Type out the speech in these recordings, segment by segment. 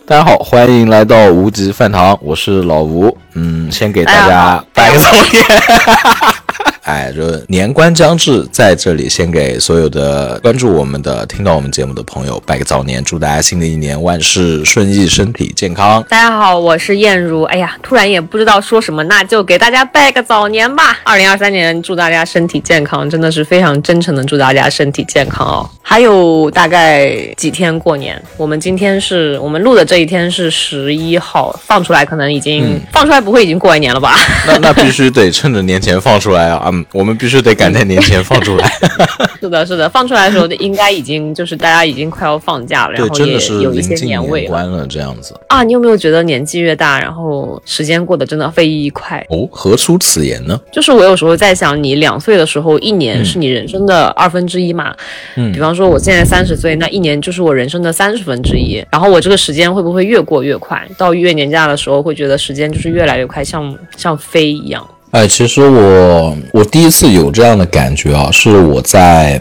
大家好，欢迎来到无极饭堂，我是老吴。先给大家拜个早年。这年关将至，在这里先给所有的关注我们的、听到我们节目的朋友拜个早年，祝大家新的一年万事顺意，身体健康。 大家好，我是燕如。突然也不知道说什么，那就给大家拜个早年吧。2023年祝大家身体健康，真的是非常真诚的祝大家身体健康哦。还有大概几天过年，我们录的这一天是11号，放出来可能已经、放出来不会已经过完年了吧？ 那必须得趁着年前放出来啊！我们必须得赶在年前放出来。 是的，放出来的时候应该已经就是大家已经快要放假了，然后也有一些年味了， 临近年关了这样子啊。你有没有觉得年纪越大，然后时间过得真的飞一快？ 哦，何出此言呢？ 就是我有时候在想，你2岁的时候，一年是你人生的1/2嘛。比方说我现在30岁，那一年就是我人生的1/30。然后我这个时间会不会越过越快？到越年假的时候，会觉得时间就是越来越快，像飞一样。 其实我第一次有这样的感觉啊，是我在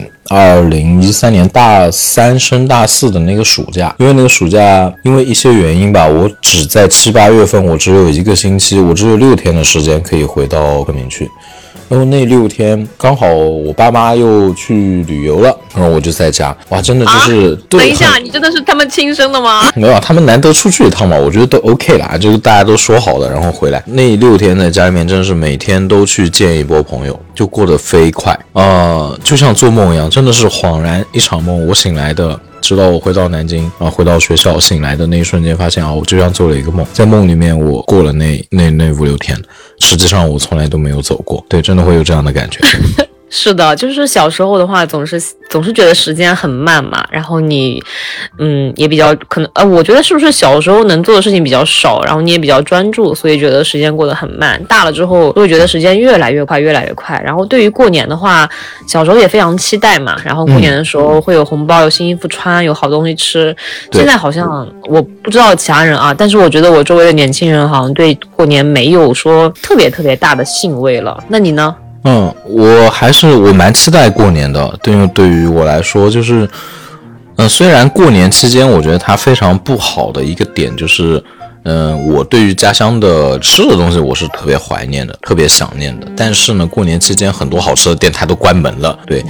2013年大3升大4的那个暑假。因为那个暑假因为一些原因吧，我只在7、8月份，我只有1个星期，我只有6天的时间可以回到昆明去。然后那6天刚好我爸妈又去旅游了，然后我就在家。哇，真的就是等一下，你真的是他们亲生的吗？ 没有，他们难得出去一趟嘛，我觉得都 OK 啦，就是大家都说好的，然后回来。那6天在家里面真的是每天都去见一波朋友，就过得飞快就像做梦一样，真的是恍然一场梦。我醒来的，直到我回到南京，然后回到学校，醒来的那一瞬间，发现我就像做了一个梦，在梦里面我过了那5、6天，实际上我从来都没有走过。对，真的会有这样的感觉。 是的，就是小时候的话，总是觉得时间很慢嘛，然后你，也比较可能，我觉得是不是小时候能做的事情比较少，然后你也比较专注，所以觉得时间过得很慢。大了之后，会觉得时间越来越快，越来越快。然后对于过年的话，小时候也非常期待嘛，然后过年的时候会有红包，有新衣服穿，有好东西吃。现在好像我不知道其他人啊，但是我觉得我周围的年轻人好像对过年没有说特别特别大的兴味了。那你呢？ 我蛮期待过年的，对于我来说，就是虽然过年期间我觉得它非常不好的一个点就是我对于家乡的吃的东西我是特别怀念的，特别想念的，但是呢过年期间很多好吃的店它都关门了。对，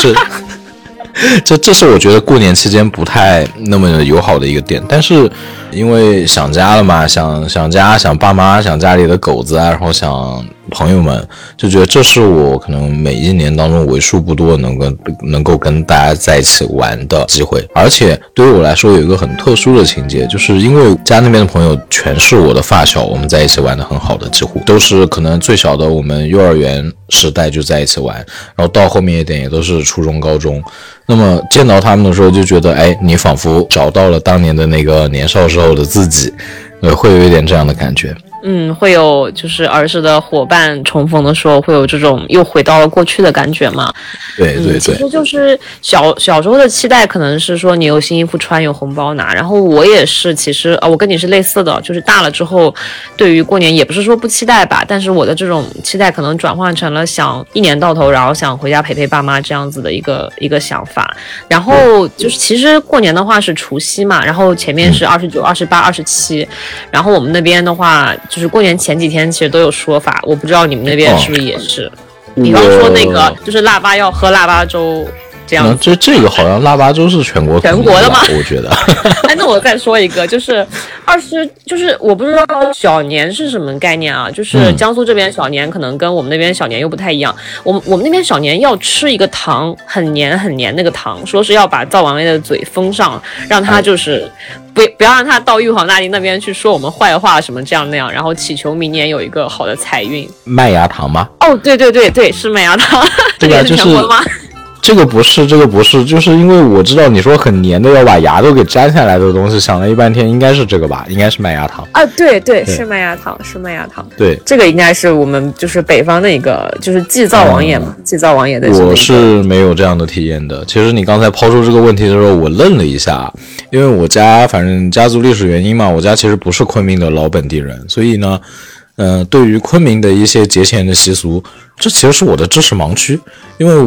这是我觉得过年期间不太那么友好的一个点。但是因为想家了嘛，想家，想爸妈，想家里的狗子啊，然后想朋友们，就觉得这是我可能每一年当中为数不多能够跟大家在一起玩的机会。而且对于我来说有一个很特殊的情节，就是因为家那边的朋友全是我的发小，我们在一起玩的很好的，几乎都是可能最小的我们幼儿园时代就在一起玩，然后到后面一点也都是初中高中。那么见到他们的时候就觉得你仿佛找到了当年的那个年少时候的自己，会有一点这样的感觉。 会有就是儿时的伙伴重逢的时候会有这种又回到了过去的感觉嘛。 对， 其实就是小时候的期待可能是说你有新衣服穿，有红包拿。然后我也是，其实我跟你是类似的，就是大了之后对于过年也不是说不期待吧，但是我的这种期待可能转换成了想一年到头然后想回家陪爸妈这样子的一个想法。然后就是其实过年的话是除夕嘛，然后前面是29、28、27，然后我们那边的话就是过年前几天其实都有说法，我不知道你们那边是不是也是。比方说那个就是腊八要喝腊八粥这样子。 这个好像腊八粥是全国的吗？ 我觉得。 那我再说一个，就是就是我不知道小年是什么概念啊？就是江苏这边小年可能跟我们那边小年又不太一样。我们那边小年要吃一个糖，很黏很黏那个糖，说是要把灶王爷的嘴封上，让他就是不要让他到玉皇大帝那边去说我们坏话什么这样那样，然后祈求明年有一个好的财运。 麦芽糖吗？ 对，是麦芽糖。 对吧？ 这个是全国的吗？ 这个不是，就是因为我知道你说很黏的要把牙都给粘下来的东西，想了一半天应该是这个吧，应该是麦芽糖啊，对，是麦芽糖，是麦芽糖。 对， 这个应该是我们就是北方的一个，就是祭灶王爷嘛，祭灶王爷的。 我是没有这样的体验的。其实你刚才抛出这个问题的时候，我愣了一下，因为我家反正家族历史原因嘛，我家其实不是昆明的老本地人，所以呢。对于昆明的一些节前的习俗，这其实是我的知识盲区，因为我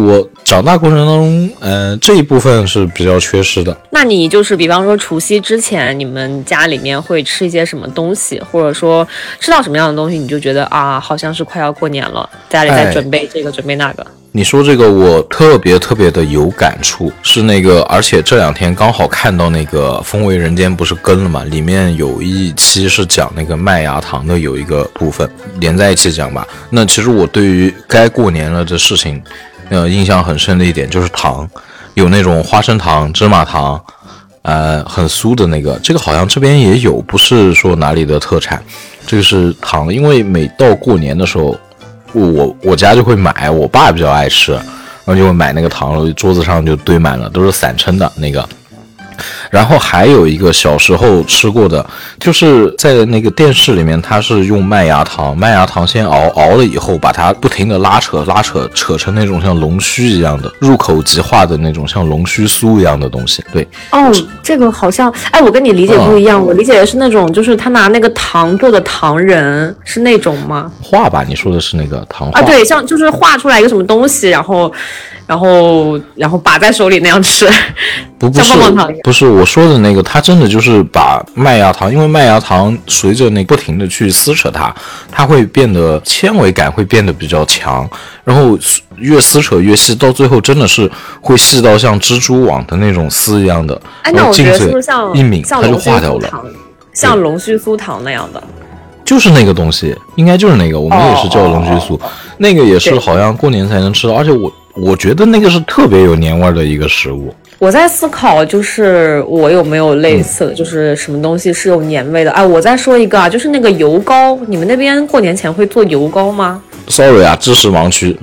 长大过程当中，这一部分是比较缺失的。 那你就是比方说除夕之前，你们家里面会吃一些什么东西，或者说吃到什么样的东西，你就觉得啊，好像是快要过年了，家里在准备这个、准备那个。 你说这个我特别的有感触，是那个，而且这2天刚好看到那个《风味人间》不是更了嘛，里面有一期是讲那个麦芽糖的，有一个部分连在一起讲吧。那其实我对于该过年了的事情，印象很深的一点就是糖，有那种花生糖、芝麻糖，很酥的那个，这个好像这边也有，不是说哪里的特产，这个是糖，因为每到过年的时候。我家就会买，我爸比较爱吃，然后就会买那个糖，桌子上就堆满了，都是散称的那个。然后还有一个小时候吃过的，就是在那个电视里面，它是用麦芽糖先熬了以后，把它不停的拉扯成那种像龙须一样的，入口即化的那种像龙须酥一样的东西。对， 哦，这个好像，我跟你理解不一样，我理解的是那种，就是他拿那个糖做的糖人，是那种吗？ 画吧，你说的是那个糖画啊？ 对，像就是画出来一个什么东西，然后把在手里那样吃，像棒棒糖一样。 不是我说的那个，它真的就是把麦芽糖，因为麦芽糖随着那不停的去撕扯它会变得纤维感会变得比较强，然后越撕扯越细，到最后真的是会细到像蜘蛛网的那种丝一样的。 那我觉得是不是像一抿它就化掉了， 像龙须酥糖那样的？ 就是那个东西，应该就是那个，我们也是叫龙须酥，那个也是好像过年才能吃到，而且我觉得那个是特别有年味的一个食物。 我在思考，就是我有没有类似的，就是什么东西是有年味的。我再说一个啊，就是那个油糕，你们那边过年前会做油糕吗？ Sorry 啊，知识盲区。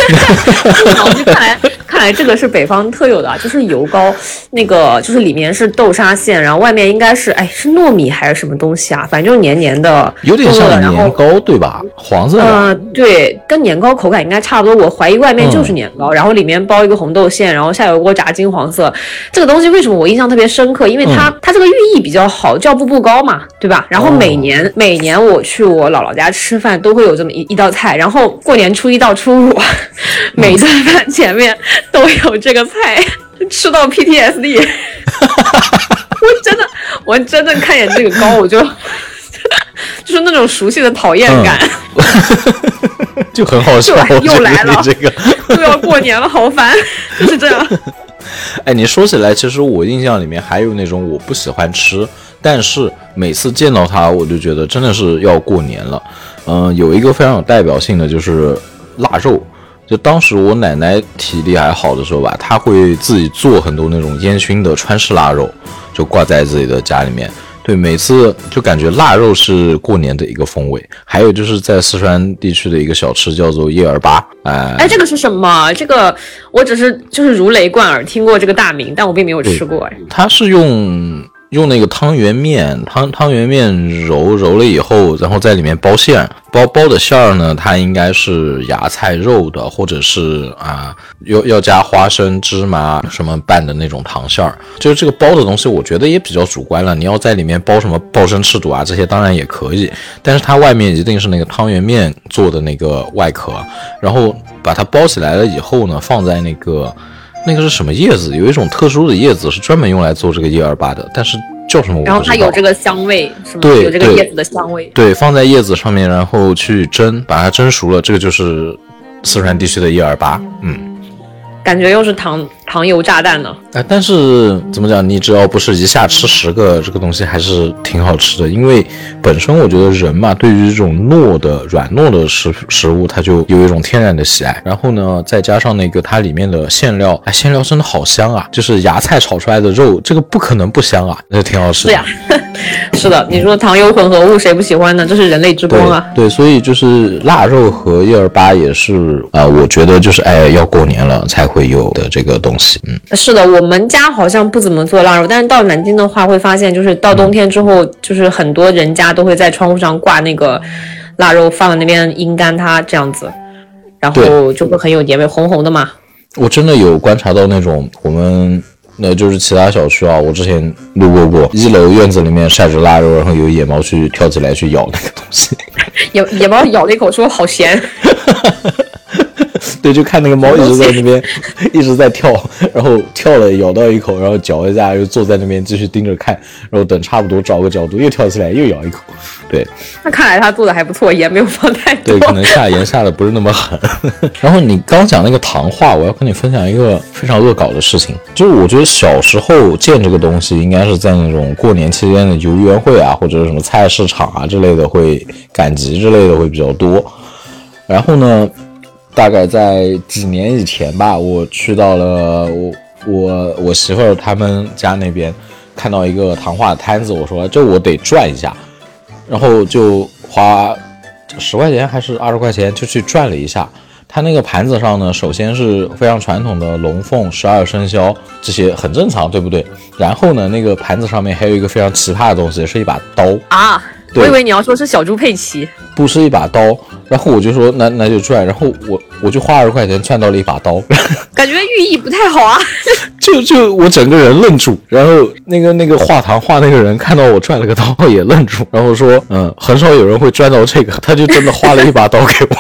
看来这个是北方特有的啊，就是油糕，那个就是里面是豆沙馅，然后外面应该是是糯米还是什么东西啊，反正就是黏黏的， 有点像年糕对吧？黄色的。 对，跟年糕口感应该差不多，我怀疑外面就是年糕，然后里面包一个红豆馅，然后下油锅炸金黄色。这个东西为什么我印象特别深刻？因为它这个寓意比较好，叫步步高嘛，对吧？然后每年我去我姥姥家吃饭都会有这么一道菜，然后过年初1到初5，每顿饭前面都有这个菜，吃到 PTSD。我真的看见这个糕，我就是那种熟悉的讨厌感， 就很好笑。 又来了， 这个又要过年了，好烦，就是这样。 你说起来，其实我印象里面还有那种我不喜欢吃，但是每次见到它，我就觉得真的是要过年了。有一个非常有代表性的就是腊肉。就当时我奶奶体力还好的时候吧，她会自己做很多那种烟熏的川式腊肉，就挂在自己的家里面。对，每次就感觉腊肉是过年的一个风味。还有就是在四川地区的一个小吃叫做叶儿粑。 这个是什么？这个我只是就是如雷贯耳听过这个大名，但我并没有吃过。 它是用那个汤圆面揉了以后，然后在里面包馅，包的馅儿呢，它应该是芽菜肉的，或者是要加花生芝麻什么拌的那种糖馅儿。就是这个包的东西我觉得也比较主观了，你要在里面包什么鲍参翅肚啊这些当然也可以，但是它外面一定是那个汤圆面做的那个外壳，然后把它包起来了以后呢，放在那个是什么叶子？有一种特殊的叶子是专门用来做这个叶儿粑的，但是叫什么我不知道。然后它有这个香味，是吗？ 对， 有这个叶子的香味。 对，放在叶子上面，然后去蒸，把它蒸熟了，这个就是四川地区的叶儿粑。 感觉又是糖油炸弹呢。 但是怎么讲，你只要不是一下吃10个，这个东西还是挺好吃的。因为本身我觉得人嘛，对于这种软糯的食物，它就有一种天然的喜爱。然后呢，再加上那个它里面的馅料，馅料真的好香啊！就是芽菜炒出来的肉，这个不可能不香啊，那挺好吃的。 是呀，是的，你说糖油混合物谁不喜欢呢？这是人类之光啊！ 对，所以就是腊肉和叶儿粑也是我觉得就是要过年了才会有的这个东西。 是的，我们家好像不怎么做腊肉，但是到南京的话会发现，就是到冬天之后，就是很多人家都会在窗户上挂那个腊肉，放在那边阴干它这样子，然后就会很有年味，红红的嘛。我真的有观察到那种我们就是其他小区啊，我之前路过过，1楼院子里面晒着腊肉，然后有野猫去跳起来去咬那个东西， 野猫咬了一口说好咸。 对，就看那个猫一直在那边一直在跳，然后跳了咬到一口，然后嚼一下，又坐在那边继续盯着看，然后等差不多找个角度又跳起来又咬一口。对， 那看来他做的还不错，盐没有放太多。 对，可能下盐下的不是那么狠。然后你刚讲那个糖化，我要跟你分享一个非常恶搞的事情，就是我觉得小时候见这个东西应该是在那种过年期间的游园会啊，或者什么菜市场啊之类的会赶集之类的会比较多。然后呢，大概在几年以前吧，我去到了我媳妇儿他们家那边，看到一个糖化的摊子，我说这我得转一下，然后就花10块钱还是20块钱就去转了一下。它那个盘子上呢，首先是非常传统的龙凤、12生肖，这些很正常，对不对？然后呢，那个盘子上面还有一个非常奇葩的东西，是一把刀啊。我以为你要说是小猪佩奇， 不是一把刀。然后我就说那就转，然后我就花20块钱转到了一把刀， 感觉寓意不太好啊。 就我整个人愣住，然后那个画糖画那个人看到我转了个刀也愣住，然后说很少有人会转到这个，他就真的画了一把刀给我。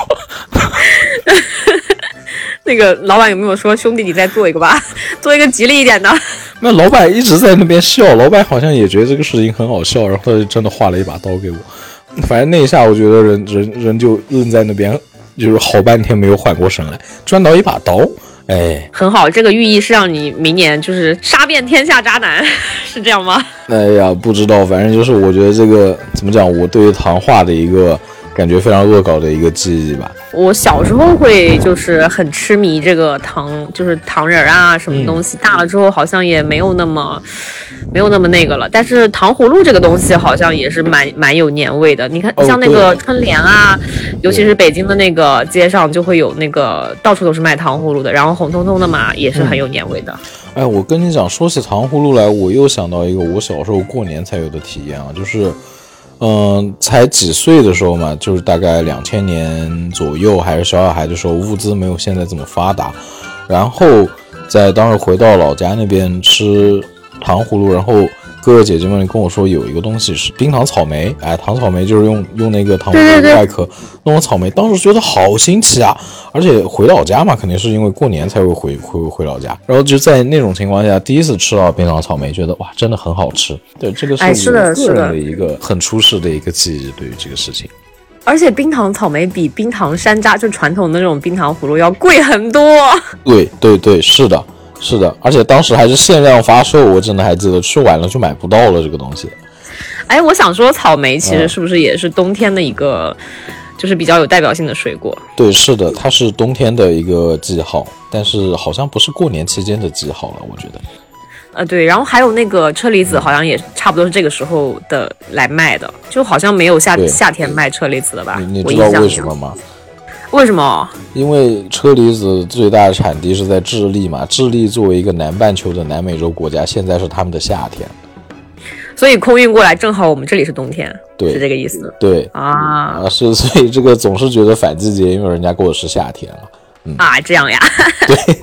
那个老板有没有说兄弟你再做一个吧，做一个吉利一点的？ 那老板一直在那边笑，老板好像也觉得这个事情很好笑，然后他就真的画了一把刀给我。反正那一下我觉得人就愣在那边，就是好半天没有缓过神来，转到一把刀。哎， 很好，这个寓意是让你明年就是杀遍天下渣男，是这样吗？ 哎呀，不知道，反正就是我觉得这个怎么讲，我对于糖画的一个感觉非常恶搞的一个记忆吧。 我小时候会就是很痴迷这个糖，就是糖人啊什么东西，大了之后好像也没有那么那个了。但是糖葫芦这个东西好像也是蛮有年味的。你看，像那个春联啊，尤其是北京的那个街上就会有那个到处都是卖糖葫芦的，然后红彤彤的嘛，也是很有年味的。 哎，我跟你讲，说起糖葫芦来，我又想到一个我小时候过年才有的体验啊，就是才几岁的时候嘛，就是大概2000年左右，还是小孩的时候，物资没有现在这么发达，然后在当时回到老家那边吃糖葫芦，然后哥哥姐姐们跟我说有一个东西是冰糖草莓，哎，糖草莓就是用那个糖葫芦外壳弄成草莓，当时觉得好新奇啊，而且回老家嘛，肯定是因为过年才会回老家，然后就在那种情况下第一次吃到冰糖草莓，觉得哇，真的很好吃。对，这个是我个人的一个很出世的一个记忆，对于这个事情。 而且冰糖草莓比冰糖山楂就传统的那种冰糖葫芦要贵很多。 对，是的，而且当时还是限量发售，我真的还记得，吃完了就买不到了这个东西。 哎，我想说草莓其实是不是也是冬天的一个就是比较有代表性的水果？ 对，是的，它是冬天的一个记号，但是好像不是过年期间的记号了，我觉得。 对，然后还有那个车厘子，好像也差不多是这个时候的来卖的，就好像没有夏天卖车厘子的吧？ 你知道为什么吗？ 为什么？ 因为车厘子最大的产地是在智利嘛，智利作为一个南半球的南美洲国家，现在是他们的夏天， 所以空运过来正好我们这里是冬天， 对， 是这个意思。 对啊， 是，所以这个总是觉得反季节，因为人家过的是夏天了。 这样呀？ 对。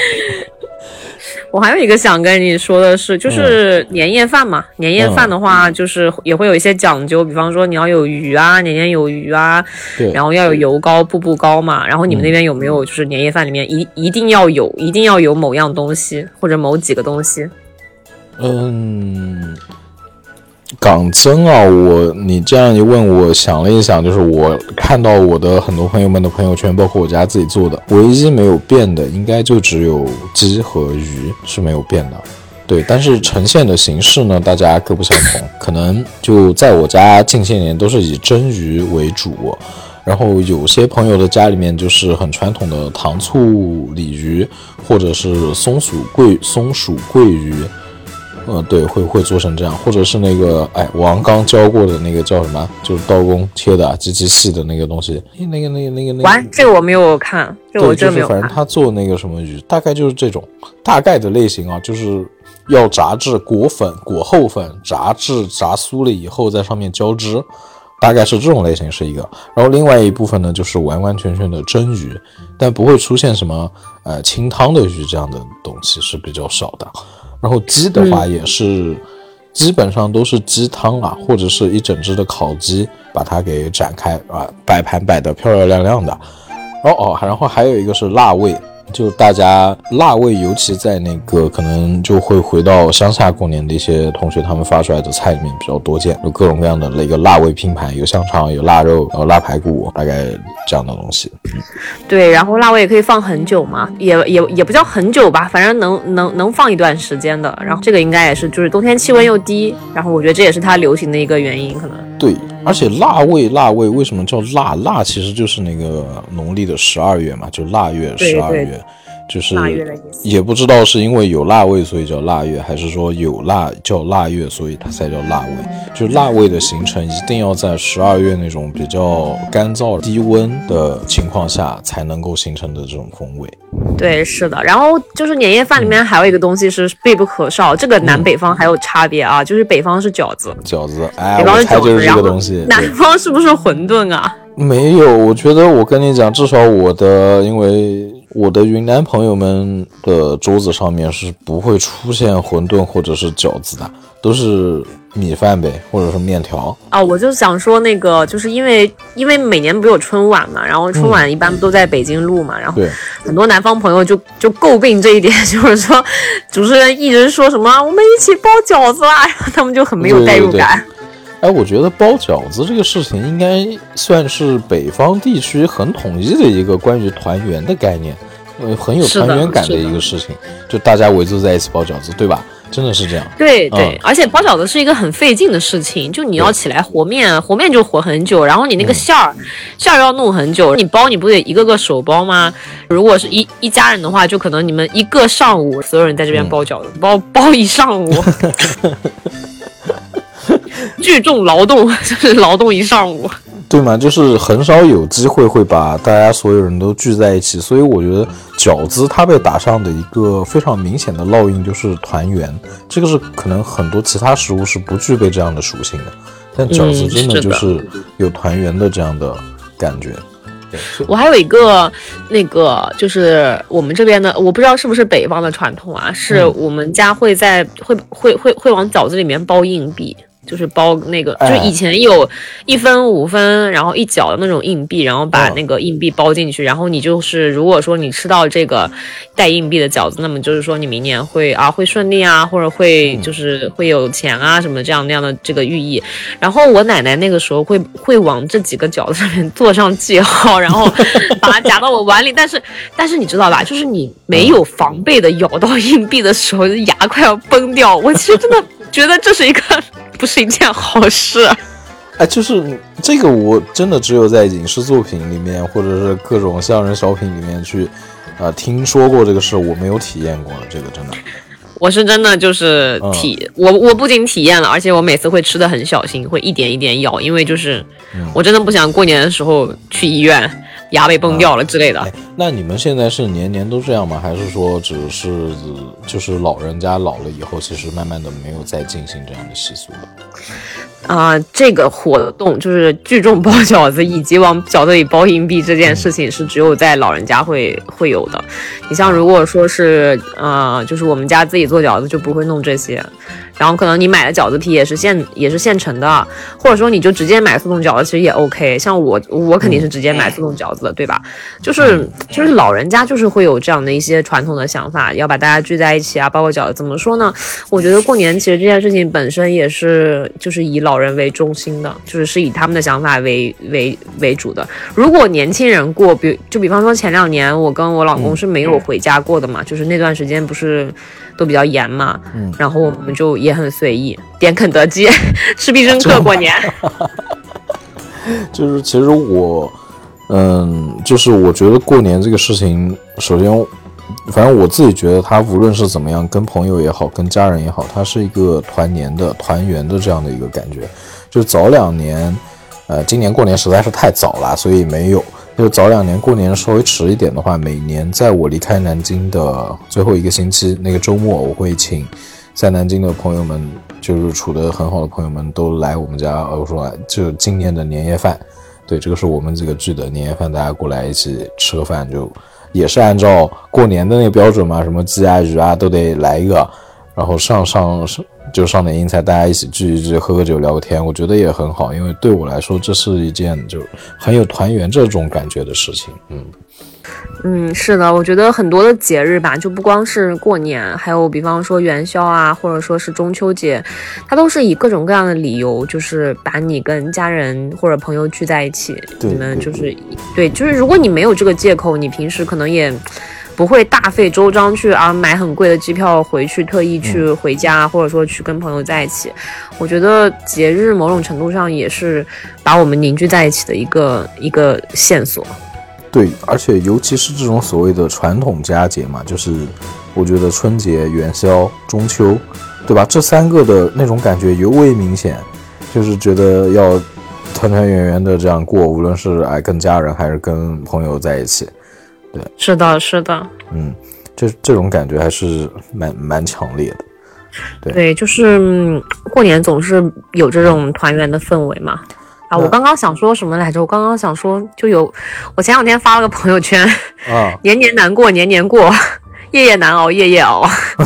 我还有一个想跟你说的是，就是年夜饭嘛。年夜饭的话，就是也会有一些讲究，比方说你要有鱼啊，年年有余啊，然后要有油糕、步步高嘛。然后你们那边有没有就是年夜饭里面一定要有某样东西或者某几个东西？ 港蒸啊，你这样一问，我想了一想，就是我看到我的很多朋友们的朋友圈，包括我家自己做的，唯一没有变的应该就只有鸡和鱼是没有变的。对，但是呈现的形式呢，大家各不相同。可能就在我家近些年都是以蒸鱼为主，然后有些朋友的家里面就是很传统的糖醋鲤鱼，或者是松鼠桂鱼。对，会做成这样，或者是那个，我刚教过的那个叫什么，就是刀工切的极其细的那个东西，那个。 完，这个我没有看，这个我真没有看。 反正他做那个什么鱼，大概就是这种大概的类型啊，就是要炸至裹厚粉，炸至炸酥了以后在上面浇汁，大概是这种类型是一个。然后另外一部分呢，就是完完全全的蒸鱼，但不会出现什么清汤的鱼这样的东西是比较少的。然后鸡的话也是基本上都是鸡汤啊，或者是一整只的烤鸡，把它给展开啊，摆盘摆得漂漂亮亮的。 然后还有一个是辣味，就大家辣味，尤其在那个可能就会回到乡下过年的一些同学，他们发出来的菜里面比较多见，有各种各样的那个辣味拼盘，有香肠，有腊肉，然后腊排骨，大概这样的东西。 对，然后辣味也可以放很久嘛，也不叫很久吧，反正能放一段时间的。然后这个应该也是就是冬天气温又低，然后我觉得这也是它流行的一个原因可能。 对，而且辣味为什么叫辣？辣其实就是那个农历的12月嘛，就腊月12月，就是也不知道是因为有辣味所以叫腊月，还是说有辣叫腊月所以它才叫辣味。就辣味的形成一定要在12月那种比较干燥低温的情况下才能够形成的这种风味。 对，是的。然后就是年夜饭里面还有一个东西是必不可少，这个南北方还有差别啊，就是北方是饺子， 哎，我猜就是这个东西。 南方是不是馄饨啊？ 没有，我觉得我跟你讲，至少因为我的云南朋友们的桌子上面是不会出现馄饨或者是饺子的，都是米饭呗，或者是面条啊。我就想说那个，就是因为每年不是有春晚嘛，然后春晚一般都在北京录嘛，然后很多南方朋友就诟病这一点，就是说主持人一直说什么我们一起包饺子啦，然后他们就很没有代入感。 哎，我觉得包饺子这个事情应该算是北方地区很统一的一个关于团圆的概念，很有团圆感的一个事情，就大家围坐在一起包饺子，对吧？真的是这样。 对，而且包饺子是一个很费劲的事情，就你要起来和面就和很久，然后你那个馅儿要弄很久，你包你不得一个个手包吗？如果是一家人的话，就可能你们一个上午所有人在这边包饺子，包一上午。聚众劳动，就是劳动一上午， 对嘛？就是很少有机会会把大家所有人都聚在一起，所以我觉得饺子它被打上的一个非常明显的烙印就是团圆，这个是可能很多其他食物是不具备这样的属性的，但饺子真的就是有团圆的这样的感觉。 我还有一个那个就是我们这边的，我不知道是不是北方的传统啊，是我们家会往饺子里面包硬币。就是包那个，就是以前有1分5分，然后1角的那种硬币，然后把那个硬币包进去，然后你就是如果说你吃到这个带硬币的饺子，那么就是说你明年会顺利啊，或者会就是会有钱啊什么这样那样的这个寓意。然后我奶奶那个时候会往这几个饺子上面做上记号，然后把它夹到我碗里，但是你知道吧，就是你没有防备的咬到硬币的时候，牙快要崩掉。我其实真的觉得这是不是一件好事。 哎，就是这个我真的只有在影视作品里面或者是各种相声小品里面去听说过这个事，我没有体验过这个真的。 我是真的就是我不仅体验了，而且我每次会吃的很小心，会一点一点咬，因为就是我真的不想过年的时候去医院牙被崩掉了之类的。 那你们现在是年年都这样吗？还是说只是就是老人家老了以后，其实慢慢的没有再进行这样的习俗了？ 这个活动就是聚众包饺子以及往饺子里包硬币这件事情是只有在老人家会有的。你像如果说是就是我们家自己做饺子就不会弄这些，然后可能你买的饺子皮也是现成的，或者说你就直接买速冻饺子其实也 OK。像我肯定是直接买速冻饺子的，对吧？就是老人家就是会有这样的一些传统的想法，要把大家聚在一起啊，包括饺子。怎么说呢？我觉得过年其实这件事情本身也是就是以老人为中心的，就是以他们的想法为主的。如果年轻人过，比方说前2年我跟我老公是没有回家过的嘛，就是那段时间不是都比较严嘛，然后我们就也很随意，点肯德基吃必胜客过年。 就是其实我就是我觉得过年这个事情，首先反正我自己觉得它无论是怎么样，跟朋友也好跟家人也好，它是一个团圆的这样的一个感觉。就早2年今年过年实在是太早了，所以没有。就早2年过年稍微迟一点的话，每年在我离开南京的最后1个星期那个周末，我会请在南京的朋友们，就是处得很好的朋友们都来我们家，我说就今年的年夜饭，对，这个是我们这个剧的年夜饭，大家过来一起吃个饭，就也是按照过年的那个标准嘛，什么鸡啊鱼啊都得来一个，然然后就上点英菜，大家一起聚一聚，喝个酒聊个天，我觉得也很好，因为对我来说这是一件就很有团圆这种感觉的事情。 是的，我觉得很多的节日吧，就不光是过年，还有比方说元宵啊，或者说是中秋节，它都是以各种各样的理由，就是把你跟家人或者朋友聚在一起。你们就是就是如果你没有这个借口，你平时可能也不会大费周章去买很贵的机票回去，特意去回家，或者说去跟朋友在一起。我觉得节日某种程度上也是把我们凝聚在一起的一个线索。 对，而且尤其是这种所谓的传统佳节嘛，就是我觉得春节、元宵、中秋，对吧？这3个的那种感觉尤为明显，就是觉得要团团圆圆的这样过，无论是跟家人还是跟朋友在一起。对， 是的，是的。 这种感觉还是蛮强烈的。 对，就是过年总是有这种团圆的氛围嘛。我刚刚想说什么来着？我刚刚想说，我前2天发了个朋友圈，年年难过年年过，夜夜难熬夜夜熬。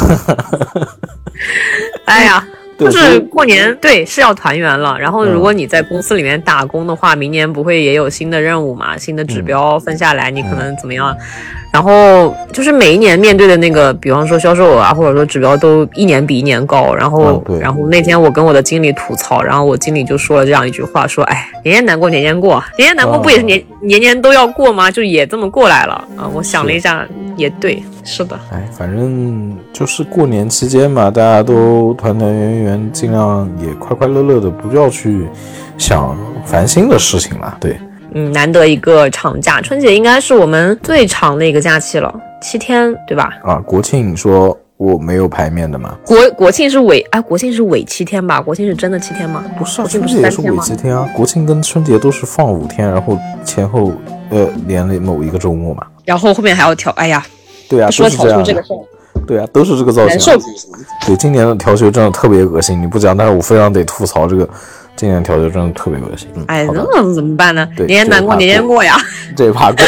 哎呀，就是过年是要团圆了。然后如果你在公司里面打工的话，明年不会也有新的任务嘛？新的指标分下来，你可能怎么样？然后就是每一年面对的那个，比方说销售额啊，或者说指标都一年比一年高。然后那天我跟我的经理吐槽，然后我经理就说了这样一句话，说：“年年难过年年过，年年难过不也是年年都要过吗？就也这么过来了啊。”我想了一下，也对，是的。 反正就是过年期间嘛，大家都团团圆圆，尽量也快快乐乐的，不要去想烦心的事情了。对。 难得一个长假，春节应该是我们最长的一个假期了，7天，对吧？ 国庆说我没有排面的嘛？ 国庆是伪7天吧？国庆是真的7天吗？ 不是，春节也是伪7天啊。国庆跟春节都是放5天，然后前后连了某一个周末嘛。然后后面还要调， 对啊， 说调休这个事儿。对啊，都是这个造型。对，今年的调休真的特别恶心，你不讲，但是我非常得吐槽这个。今年调休真的特别恶心。 那怎么办呢？ 年年难过年年过呀。 这一趴过。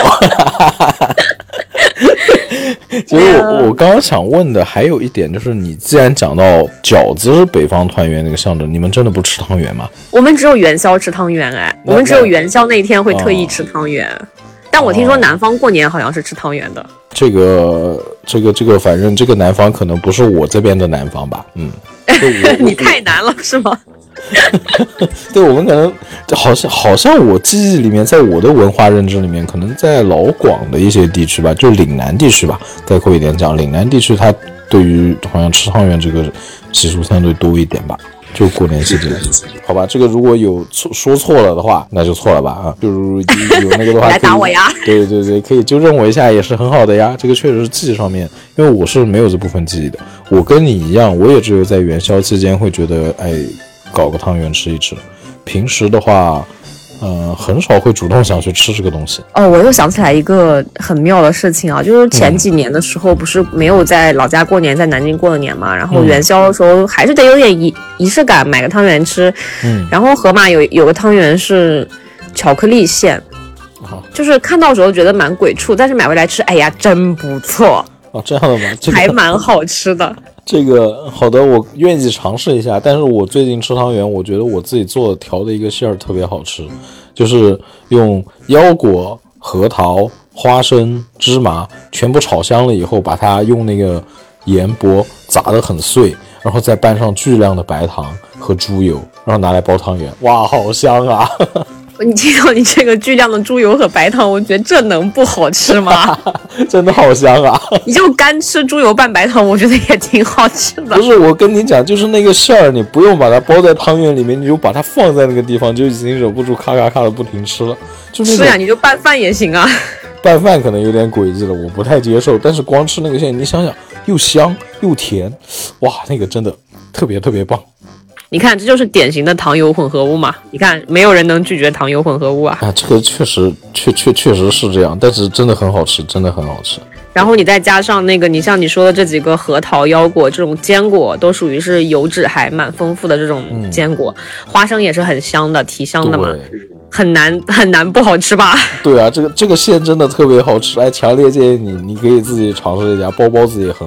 其实我刚刚想问的还有一点就是，你既然讲到饺子是北方团圆那个象征，你们真的不吃汤圆吗？ 我们只有元宵吃汤圆。我们只有元宵那天会特意吃汤圆。但我听说南方过年好像是吃汤圆的。这个， 反正这个南方可能不是我这边的南方吧。 你太难了是吗？ 对，我们可能好像我记忆里面，在我的文化认知里面，可能在老广的一些地区吧，就岭南地区吧，概括一点讲，岭南地区它对于好像吃汤圆这个习俗相对多一点吧。就过年期间，好吧，这个如果有说错了的话，那就错了吧就如有那个的话， 来打我呀！ 对，可以纠正我一下，也是很好的呀。这个确实是记忆上面，因为我是没有这部分记忆的。我跟你一样，我也只有在元宵期间会觉得，搞个汤圆吃一吃。平时的话，很少会主动想去吃这个东西。 我又想起来一个很妙的事情啊，就是前几年的时候，不是没有在老家过年，在南京过了年嘛，然后元宵的时候还是得有点仪式感，买个汤圆吃。然后盒马有个汤圆是巧克力馅，就是看到时候觉得蛮鬼畜，但是买回来吃，真不错。 这样的吗？ 还蛮好吃的。 这个好的，我愿意尝试一下。但是我最近吃汤圆，我觉得我自己调的一个馅儿特别好吃，就是用腰果、核桃、花生、芝麻全部炒香了以后，把它用那个盐钵砸得很碎，然后再拌上巨量的白糖和猪油，然后拿来包汤圆。哇，好香啊！ 你听到你这个巨量的猪油和白糖，我觉得这能不好吃吗？ 真的好香啊！ 你就干吃猪油拌白糖，我觉得也挺好吃的。 不是，我跟你讲，就是那个馅儿，你不用把它包在汤圆里面，你就把它放在那个地方，就已经忍不住咔咔咔的不停吃了。就是呀，你就拌饭也行啊。 拌饭可能有点诡异了，我不太接受。但是光吃那个馅，你想想，又香又甜，哇，那个真的特别特别棒。 你看，这就是典型的糖油混合物嘛。你看，没有人能拒绝糖油混合物啊。 这个确实是这样，但是真的很好吃，真的很好吃。 然后你再加上那个，你像你说的这几个核桃、腰果这种坚果，都属于是油脂还蛮丰富的这种坚果。花生也是很香的，提香的嘛。很难不好吃吧？ 对啊，这个馅真的特别好吃，强烈建议你可以自己尝试一下，包子也很好。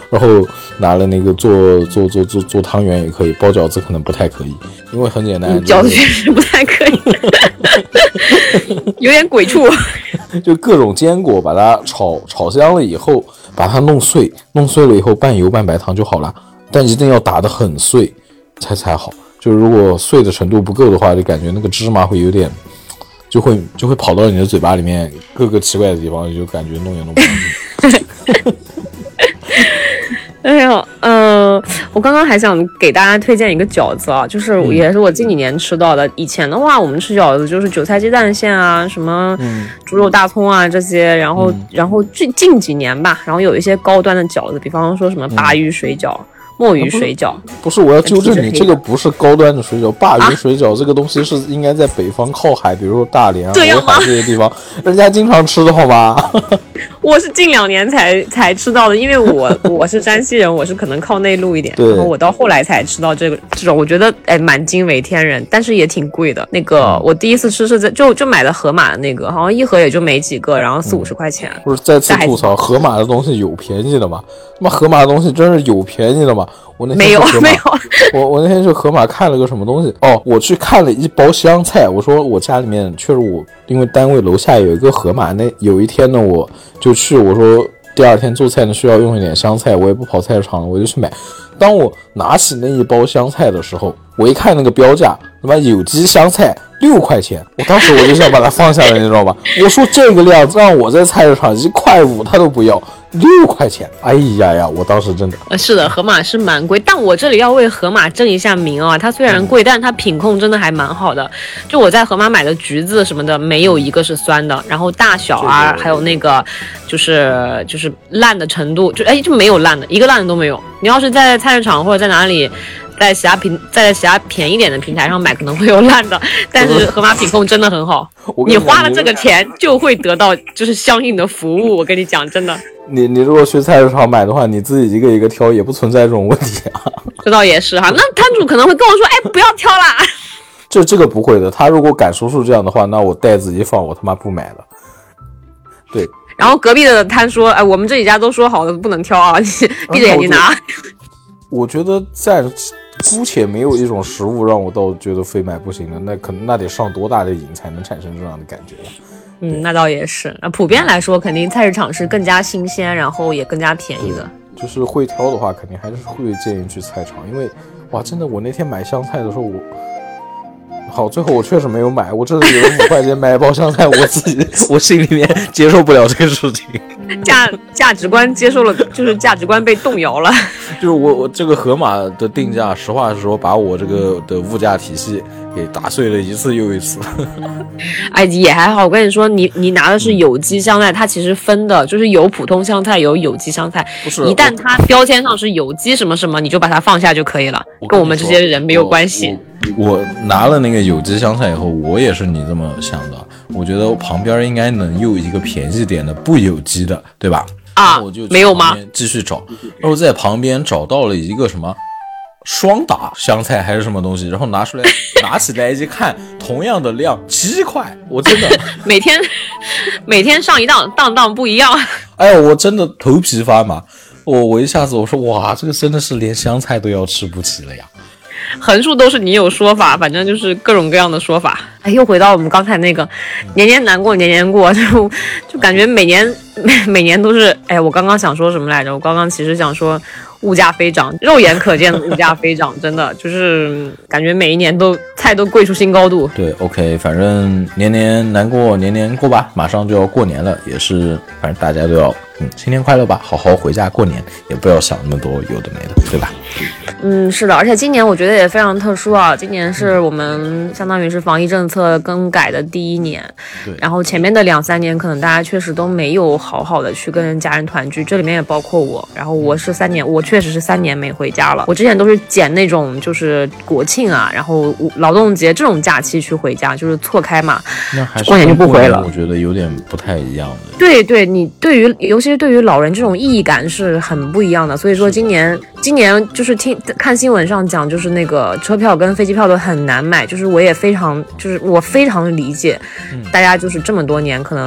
然后拿了那个做汤圆也可以，包饺子可能不太可以，因为很简单， 饺子确实不太可以，有点鬼畜。 就各种坚果把它炒香了以后，把它弄碎了以后半油半白糖就好了，但一定要打得很碎才好。就如果碎的程度不够的话，就感觉那个芝麻会有点，就会跑到你的嘴巴里面各个奇怪的地方，就感觉弄也弄不干净。 哎呦，我刚刚还想给大家推荐一个饺子啊，就是也是我近几年吃到的。以前的话，我们吃饺子就是韭菜鸡蛋馅啊，什么猪肉大葱啊这些，然后近几年吧，然后有一些高端的饺子，比方说什么鲅鱼水饺。墨鱼水饺不是，我要纠正你，这个不是高端的水饺，鲅鱼水饺这个东西是应该在北方靠海，比如说大连啊、威海这些地方，人家经常吃的好吗？ 我是近2年才吃到的，因为我是山西人，我是可能靠内陆一点，然后我到后来才吃到这种，我觉得蛮惊为天人，但是也挺贵的。那个我第一次吃是在就买的盒马的那个，好像一盒也就没几个，然后40-50块钱。 不是再次吐槽，盒马的东西有便宜的吗？他妈盒马的东西真是有便宜的吗？我那天没有，我那天去盒马看了个什么东西哦，我去看了一包香菜，我说我家里面确实我因为单位楼下有一个盒马，那有一天呢我就去，我说第二天做菜呢需要用一点香菜，我也不跑菜市场了，我就去买。当我拿起那一包香菜的时候，我一看那个标价，他妈有机香菜6块钱，我当时我就想把它放下来，你知道吧？我说这个量让我在菜市场1.5块他都不要，6块钱，哎呀，我当时真的是的，盒马是蛮贵，但我这里要为盒马正一下名啊，它虽然贵，但是它品控真的还蛮好的。就我在盒马买的橘子什么的，没有一个是酸的，然后大小啊，还有那个就是烂的程度，就没有烂的，一个烂的都没有。你要是在菜市场或者在哪里，在其他便宜点的平台上买可能会有烂的，但是盒马品控真的很好，你花了这个钱就会得到就是相应的服务，我跟你讲真的。 你如果去菜市场买的话，你自己一个一个挑也不存在这种问题啊。 这倒也是哈，那摊主可能会跟我说，不要挑啦。 这个不会的，他如果敢说出这样的话，那我袋子一放，我他妈不买了。对。 然后隔壁的摊说，我们这几家都说好了不能挑啊，你闭着眼睛拿。 我觉得在姑且没有一种食物让我倒觉得非买不行的，那可能那得上多大的瘾才能产生这样的感觉。 那倒也是。普遍来说，肯定菜市场是更加新鲜，然后也更加便宜的。 就是会挑的话，肯定还是会建议去菜场，因为哇，真的，我那天买香菜的时候，最后我确实没有买，我真的有人5块钱买一包香菜，我心里面接受不了这个事情。 价值观接受了，就是价值观被动摇了。 就是我这个盒马的定价，实话实说，把我这个的物价体系给打碎了一次又一次。 也还好，我跟你说，你拿的是有机香菜，它其实分的就是有普通香菜，有有机香菜。 不是， 一旦它标签上是有机什么什么，你就把它放下就可以了，跟我们这些人没有关系。 我拿了那个有机香菜以后，我也是你这么想的。我觉得我旁边应该能有一个便宜点的不有机的，对吧？我就没有吗？ 继续找，然后在旁边找到了一个什么双打香菜还是什么东西，然后拿起来一看，同样的量7块，我真的每天上一档不一样。 我真的头皮发麻，我一下子我说哇，这个真的是连香菜都要吃不起了呀。 横竖都是你有说法，反正就是各种各样的说法。又回到我们刚才那个年年难过年年过，就感觉每年都是。我刚刚想说什么来着？我刚刚其实想说物价飞涨，肉眼可见的物价飞涨，真的就是感觉每一年菜都贵出新高度。 对 ，OK， 反正年年难过年年过吧，马上就要过年了，也是反正大家都要新年快乐吧，好好回家过年，也不要想那么多有的没的，对吧？ 是的，而且今年我觉得也非常特殊啊，今年是我们相当于是防疫政策更改的第1年，然后前面的2-3年可能大家确实都没有好好的去跟家人团聚，这里面也包括我，然后我确实是3年没回家了，我之前都是捡那种就是国庆啊，然后劳动节这种假期去回家，就是错开嘛， 那还是过年就不回了， 我觉得有点不太一样的。 对，你尤其是对于老人这种意义感是很不一样的，所以说今年就是看新闻上讲，就是那个车票跟飞机票都很难买，就是我非常理解，大家就是这么多年可能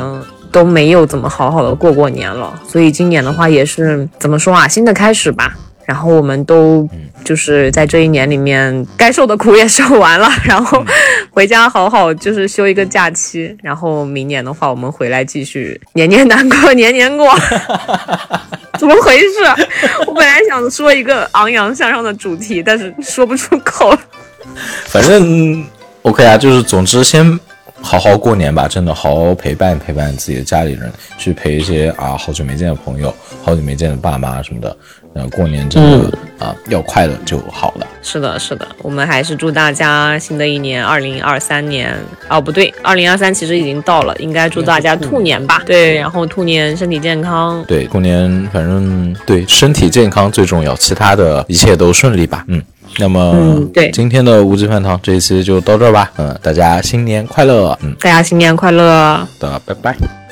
都没有怎么好好的过过年了，所以今年的话也是怎么说啊，新的开始吧。然后我们都就是在这一年里面该受的苦也受完了，然后回家好好就是休一个假期，然后明年的话我们回来继续年年难过年年过。怎么回事？我本来想说一个昂扬向上的主题，但是说不出口。 反正 OK 啊，就是总之先好好过年吧，真的好好陪伴陪伴自己的家里人，去陪一些好久没见的朋友，好久没见的爸妈什么的。过年真的要快乐就好了。 是的，是的，我们还是祝大家新的一年2023年不对，2023其实已经到了，应该祝大家兔年吧。对，然后兔年身体健康。 对，兔年反正对身体健康最重要，其他的一切都顺利吧。那么对， 今天的无极饭堂这一期就到这儿吧。大家新年快乐。 大家新年快乐。 拜拜。